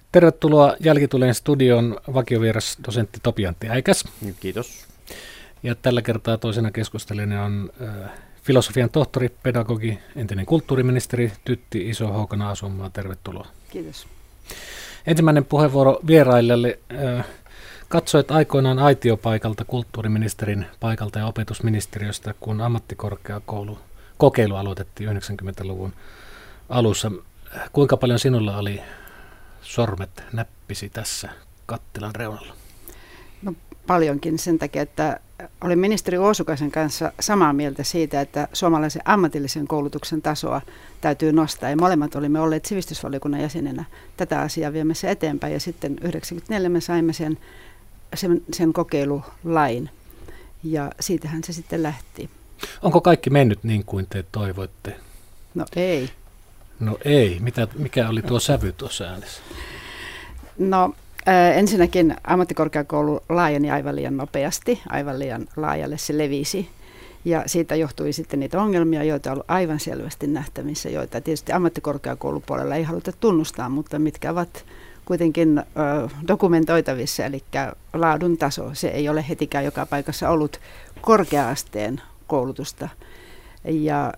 Tervetuloa Jälkituleen studion vakiovieras dosentti Topi Antti Äikäs. Kiitos. Ja tällä kertaa toisena keskustelijana on filosofian tohtori, pedagogi, entinen kulttuuriministeri Tytti Iso-Houkana-Asunmaa. Tervetuloa. Kiitos. Ensimmäinen puheenvuoro vierailijalle. Katsoit aikoinaan aitiopaikalta, kulttuuriministerin paikalta ja opetusministeriöstä, kun ammattikorkeakoulu kokeilu aloitettiin 90-luvun alussa. Kuinka paljon sinulla oli sormet näppisi tässä kattilan reunalla? No paljonkin sen takia, että olen ministeri Uosukaisen kanssa samaa mieltä siitä, että suomalaisen ammatillisen koulutuksen tasoa täytyy nostaa. Ja molemmat olimme olleet sivistysvaliokunnan jäsenenä tätä asiaa viemässä eteenpäin. Ja sitten 1994 me saimme sen kokeilulain ja siitähän se sitten lähti. Onko kaikki mennyt niin kuin te toivoitte? No ei. No ei. Mikä oli tuo sävy tuossa äänessä? No ensinnäkin ammattikorkeakoulu laajeni aivan liian nopeasti, aivan liian laajalle se levisi. Ja siitä johtui sitten niitä ongelmia, joita on ollut aivan selvästi nähtävissä, joita tietysti ammattikorkeakoulupuolella ei haluta tunnustaa, mutta mitkä ovat kuitenkin dokumentoitavissa, eli laadun taso. Se ei ole hetikään joka paikassa ollut korkea-asteen koulutusta. Ja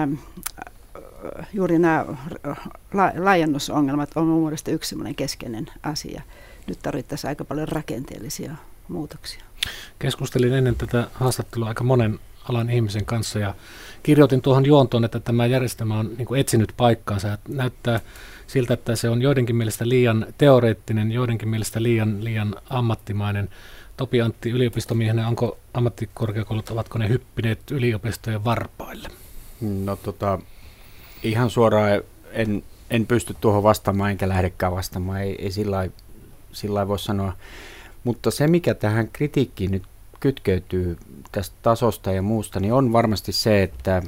juuri nämä laajennusongelmat on mun mielestä yksi sellainen keskeinen asia. Nyt tarvittaisiin aika paljon rakenteellisia muutoksia. Keskustelin ennen tätä haastattelua aika monen alan ihmisen kanssa ja kirjoitin tuohon juontoon, että tämä järjestelmä on niin kuin etsinyt paikkaansa. Näyttää siltä, että se on joidenkin mielestä liian teoreettinen, joidenkin mielestä liian ammattimainen. Topi Antti, yliopistomiehenä, onko ammattikorkeakoulut, ovatko ne hyppineet yliopistojen varpaille? No ihan suoraan en pysty tuohon vastaamaan, enkä lähdekään vastaamaan, ei sillä lailla voi sanoa. Mutta se, mikä tähän kritiikkiin nyt kytkeytyy tästä tasosta ja muusta, niin on varmasti se,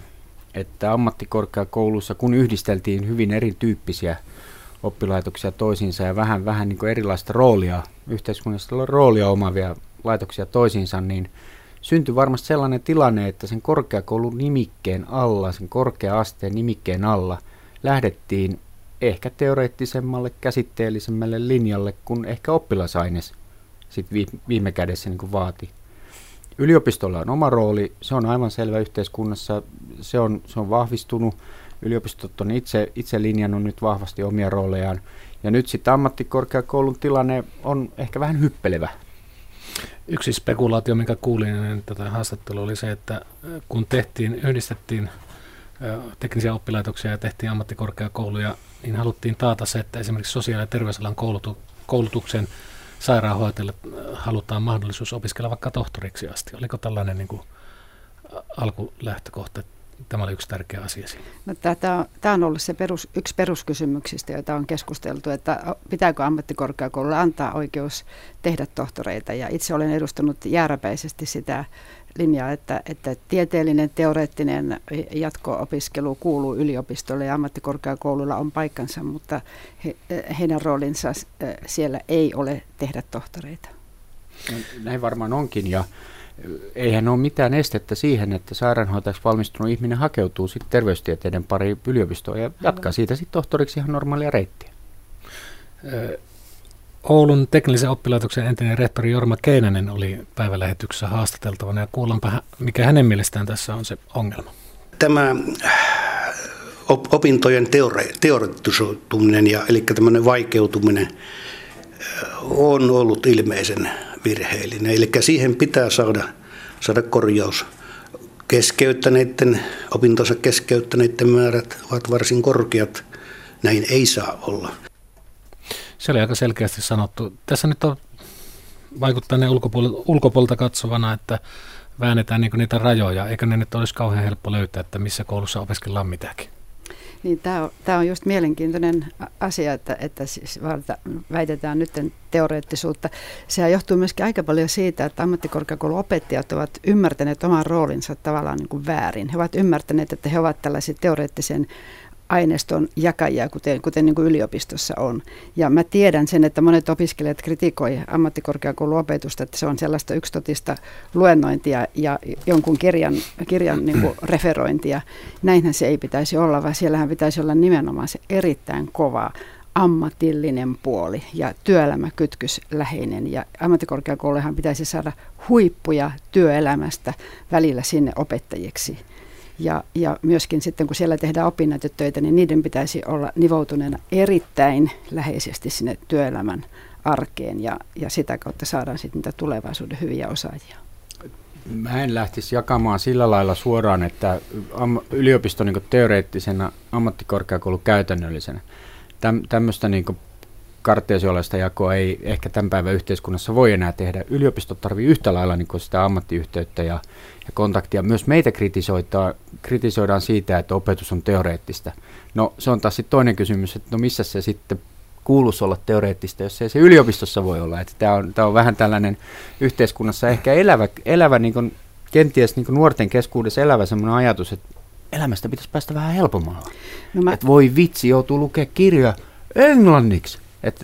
että ammattikorkeakoulussa, kun yhdisteltiin hyvin erityyppisiä oppilaitoksia toisiinsa ja vähän niin kuin erilaista roolia, yhteiskunnallista roolia omaavia laitoksia toisiinsa, niin syntyi varmasti sellainen tilanne, että sen korkeakoulun nimikkeen alla, sen korkea-asteen nimikkeen alla lähdettiin ehkä teoreettisemmalle, käsitteellisemmälle linjalle, kun ehkä oppilasaines sitten viime kädessä niin kuin vaati. Yliopistolla on oma rooli, se on aivan selvä yhteiskunnassa, se on vahvistunut. Yliopistot on itse linjannut nyt vahvasti omia roolejaan. Ja nyt sitten ammattikorkeakoulun tilanne on ehkä vähän hyppelevä. Yksi spekulaatio, minkä kuulin ennen tätä haastattelua, oli se, että kun yhdistettiin teknisiä oppilaitoksia ja tehtiin ammattikorkeakouluja, niin haluttiin taata se, että esimerkiksi sosiaali- ja terveysalan koulutuksen sairaanhoitajalle halutaan mahdollisuus opiskella vaikka tohtoriksi asti. Oliko tällainen niin kuin alkulähtökohta? Tämä oli yksi tärkeä asia siinä. No, tämä on ollut se yksi peruskysymyksistä, joita on keskusteltu, että pitääkö ammattikorkeakoululle antaa oikeus tehdä tohtoreita. Ja itse olen edustanut jääräpäisesti sitä linjaa, että tieteellinen, teoreettinen jatko-opiskelu kuuluu yliopistolle ja ammattikorkeakoululla on paikkansa, mutta heidän roolinsa siellä ei ole tehdä tohtoreita. Näin varmaan onkin, ja eihän ole mitään estettä siihen, että sairaanhoitajaksi valmistunut ihminen hakeutuu sitten terveystieteiden pariin yliopistoon ja jatkaa siitä sitten tohtoriksi ihan normaalia reittiä. Oulun teknillisen oppilaitoksen entinen rehtori Jorma Keinänen oli päivälähetyksessä haastateltavana ja kuullaanpa, mikä hänen mielestään tässä on se ongelma. Tämä opintojen teoreettisoituminen eli tämmöinen vaikeutuminen on ollut ilmeisen virheellinen. Eli siihen pitää saada korjaus. Opintonsa keskeyttäneiden määrät ovat varsin korkeat. Näin ei saa olla. Se oli aika selkeästi sanottu. Tässä nyt vaikuttaa ne ulkopuolelta katsovana, että väännetään niitä rajoja, eikä ne nyt olisi kauhean helppo löytää, että missä koulussa opiskellaan mitäkin. Niin, tämä on just mielenkiintoinen asia, että siis väitetään nyt teoreettisuutta. Sehän johtuu myöskin aika paljon siitä, että ammattikorkeakouluopettajat ovat ymmärtäneet oman roolinsa tavallaan niin kuin väärin. He ovat ymmärtäneet, että he ovat tällaisia teoreettisen aineiston jakajia, kuten niin kuin yliopistossa on. Ja mä tiedän sen, että monet opiskelijat kritikoi ammattikorkeakouluopetusta, että se on sellaista yksitotista luennointia ja jonkun kirjan niin kuin referointia. Näinhän se ei pitäisi olla, vaan siellähän pitäisi olla nimenomaan se erittäin kova ammatillinen puoli ja työelämäkytkös läheinen. Ja ammattikorkeakouluhan pitäisi saada huippuja työelämästä välillä sinne opettajiksi. Ja myöskin sitten, kun siellä tehdään opinnäytetöitä, niin niiden pitäisi olla nivoutuneena erittäin läheisesti sinne työelämän arkeen. Ja sitä kautta saadaan sitten niitä tulevaisuuden hyviä osaajia. Mä en lähtisi jakamaan sillä lailla suoraan, että yliopisto niin teoreettisena, ammattikorkeakoulu käytännöllisenä. Tämmöistä niin karteesiolaista jakoa ei ehkä tämän päivän yhteiskunnassa voi enää tehdä. Yliopisto tarvitsee yhtä lailla niin sitä ammattiyhteyttä ja kontaktia. Myös meitä kritisoidaan siitä, että opetus on teoreettista. No se on taas sitten toinen kysymys, että no missä se sitten kuuluisi olla teoreettista, jos ei se yliopistossa voi olla. Tämä on vähän tällainen yhteiskunnassa ehkä elävä niin kuin, kenties niin kuin nuorten keskuudessa elävä semmoinen ajatus, että elämästä pitäisi päästä vähän helpommalla. No että voi vitsi, joutuu lukemaan kirjoja englanniksi.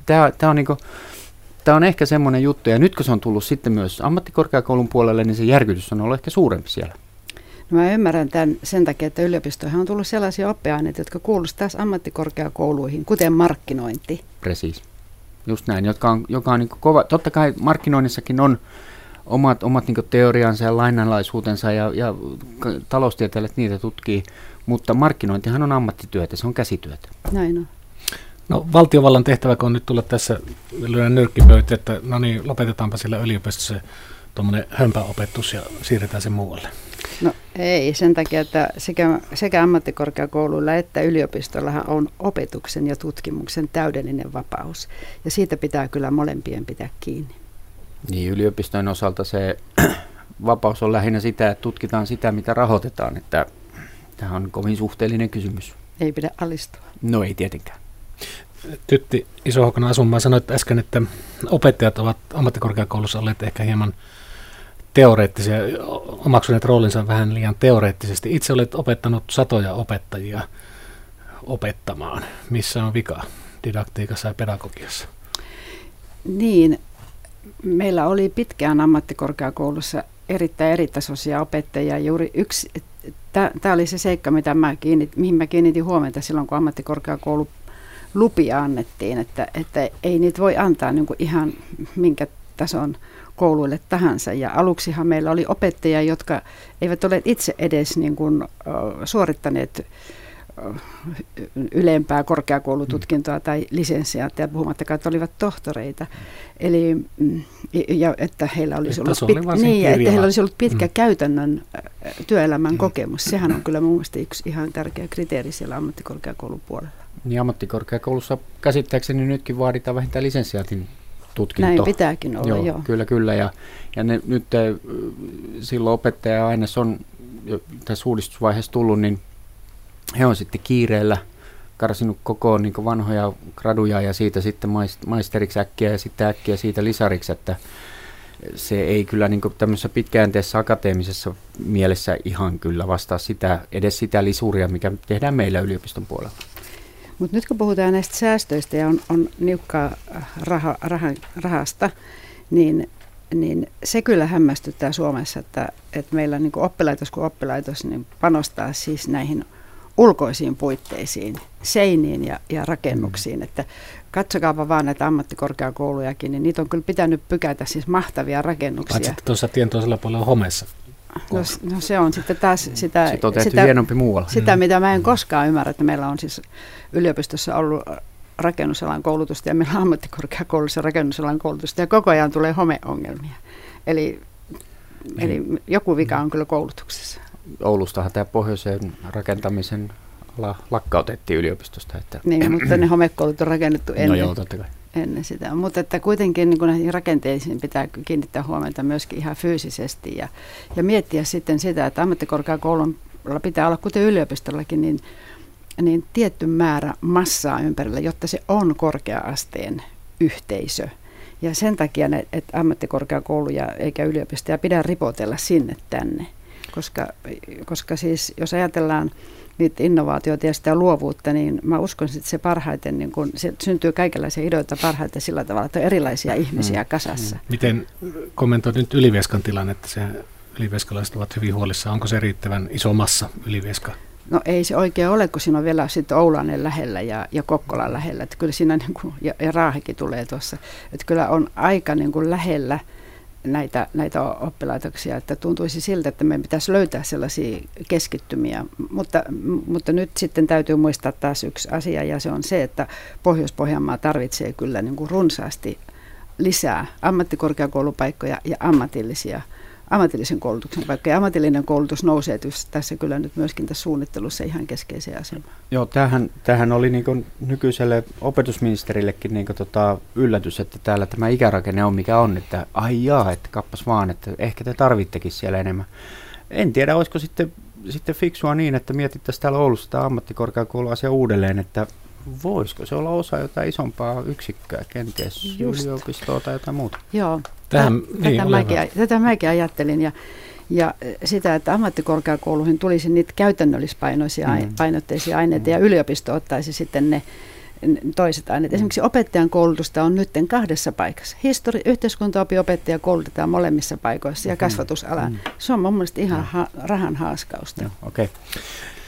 Tämä on ehkä semmoinen juttu, ja nyt kun se on tullut sitten myös ammattikorkeakoulun puolelle, niin se järkytys on ollut ehkä suurempi siellä. No mä ymmärrän tämän sen takia, että yliopistoihin on tullut sellaisia oppiaineita, jotka kuuluisivat taas ammattikorkeakouluihin, kuten markkinointi. Precis. Just näin, joka on niin kova. Totta kai markkinoinnissakin on omat niin teoriansa ja lainalaisuutensa ja taloustieteilijät niitä tutkii, mutta markkinointihan on ammattityötä, se on käsityötä. Näin on. No valtiovallan tehtävä, on nyt tulla tässä lyödään nyrkkipöytä, että no niin, lopetetaanpa siellä yliopistossa se tuommoinen hömpäopetus ja siirretään se muualle. No ei, sen takia, että sekä ammattikorkeakouluilla että yliopistollahan on opetuksen ja tutkimuksen täydellinen vapaus. Ja siitä pitää kyllä molempien pitää kiinni. Niin, yliopistojen osalta se vapaus on lähinnä sitä, että tutkitaan sitä, mitä rahoitetaan. Että tämä on kovin suhteellinen kysymys. Ei pidä alistua. No ei tietenkään. Tytti Iso-Håkona Asunmaa sanoi äsken, että opettajat ovat ammattikorkeakoulussa olleet ehkä hieman teoreettisia, omaksuneet roolinsa vähän liian teoreettisesti. Itse olet opettanut satoja opettajia opettamaan. Missä on vika didaktiikassa ja pedagogiassa? Niin, meillä oli pitkään ammattikorkeakoulussa erittäin eritasoisia opettajia. Juuri yksi, tämä oli se seikka, mihin mä kiinnitin huomiota silloin, kun ammattikorkeakoulu lupia annettiin, että ei niitä voi antaa niin kuin ihan minkä tason kouluille tahansa. Ja aluksihan meillä oli opettajia, jotka eivät ole itse edes niin kuin, suorittaneet ylempää korkeakoulututkintoa tai lisenssiaattia, puhumattakaan, että olivat tohtoreita. Eli ja että heillä olisi ollut pitkä käytännön työelämän kokemus. Sehän on kyllä mun mielestä yksi ihan tärkeä kriteeri siellä ammattikorkeakoulun puolella. Niin ammattikorkeakoulussa käsittääkseni nytkin vaaditaan vähintään lisenssiaatin tutkinto. Näin pitääkin olla, joo. Kyllä. Ja nyt silloin opettaja-aines on tässä uudistusvaiheessa tullut, niin he on sitten kiireellä karsinut koko niin vanhoja graduja ja siitä sitten maisteriksi äkkiä ja sitten äkkiä siitä lisariksi, että se ei kyllä niin tämmöisessä pitkäjänteisessä akateemisessa mielessä ihan kyllä vastaa edes sitä lisuria, mikä tehdään meillä yliopiston puolella. Mutta nyt kun puhutaan näistä säästöistä ja on niukkaa rahasta, niin se kyllä hämmästyttää Suomessa, että meillä niin kuin oppilaitos niin panostaa siis näihin ulkoisiin puitteisiin, seiniin ja rakennuksiin. Että katsokaapa vaan näitä ammattikorkeakoulujakin, niin niitä on kyllä pitänyt pykätä siis mahtavia rakennuksia. Paitsi että tuossa tien toisella puolella on homeessa. No se on sitten taas sitä hienompi muualla. Sitä, mitä mä en koskaan ymmärrä, että meillä on siis yliopistossa ollut rakennusalan koulutusta ja meillä on ammattikorkeakoulussa rakennusalan koulutusta ja koko ajan tulee homeongelmia. Eli joku vika on kyllä koulutuksessa. Oulustahan tämä pohjoisen rakentamisen ala lakkautettiin yliopistosta. Että niin, mutta ne homekoulut on rakennettu ennen. No joo, totta kai. Ennen sitä. Mutta että kuitenkin niin näihin rakenteisiin pitää kiinnittää huomiota myöskin ihan fyysisesti ja miettiä sitten sitä, että ammattikorkeakoululla pitää olla, kuten yliopistollakin, niin tietty määrä massaa ympärillä, jotta se on korkea-asteen yhteisö. Ja sen takia, että ammattikorkeakouluja eikä yliopistoja pidä ripotella sinne tänne, koska siis jos ajatellaan niitä innovaatioita ja sitä luovuutta, niin mä uskon, että se parhaiten, niin kun se syntyy kaikenlaisia ideoita parhaiten sillä tavalla, että on erilaisia ihmisiä kasassa. Miten kommentoit nyt Ylivieskan tilannetta? Ylivieskalaiset ovat hyvin huolissaan. Onko se riittävän iso massa Ylivieska? No ei se oikein ole, kun siinä on vielä sitten Oulainen lähellä ja Kokkola lähellä. Että kyllä siinä niin kuin, ja Raahekin tulee tuossa. Että kyllä on aika niin kuin lähellä näitä oppilaitoksia, että tuntuisi siltä, että meidän pitäisi löytää sellaisia keskittymiä. Mutta nyt sitten täytyy muistaa taas yksi asia, ja se on se, että Pohjois-Pohjanmaa tarvitsee kyllä niin kuin runsaasti lisää ammattikorkeakoulupaikkoja ja ammatillisen koulutuksen paikkoja. Ammatillinen koulutus nousee tässä kyllä nyt myöskin tässä suunnittelussa ihan keskeiseen asemaan. Joo, tämähän oli niin kuin nykyiselle opetusministerillekin niin kuin yllätys, että täällä tämä ikärakenne on mikä on, että ai jaa, että kappas vaan, että ehkä te tarvittekin siellä enemmän. En tiedä, olisiko sitten fiksua niin, että mietittäisiin täällä Oulussa tämä ammattikorkeakouluasia uudelleen, että voisiko se olla osa jotain isompaa yksikköä, kenties yliopistoa tai jotain muuta? Joo, tätä mäkin ajattelin ja sitä, että ammattikorkeakouluihin tulisi niitä käytännöllispainotteisia aineita ja yliopisto ottaisi sitten ne toiset aineet. Esimerkiksi opettajan koulutusta on nyt 2 paikassa. Yhteiskuntaopiopettaja koulutetaan molemmissa paikoissa ja kasvatusala. Se on mun mielestä ihan rahan haaskausta. Okay.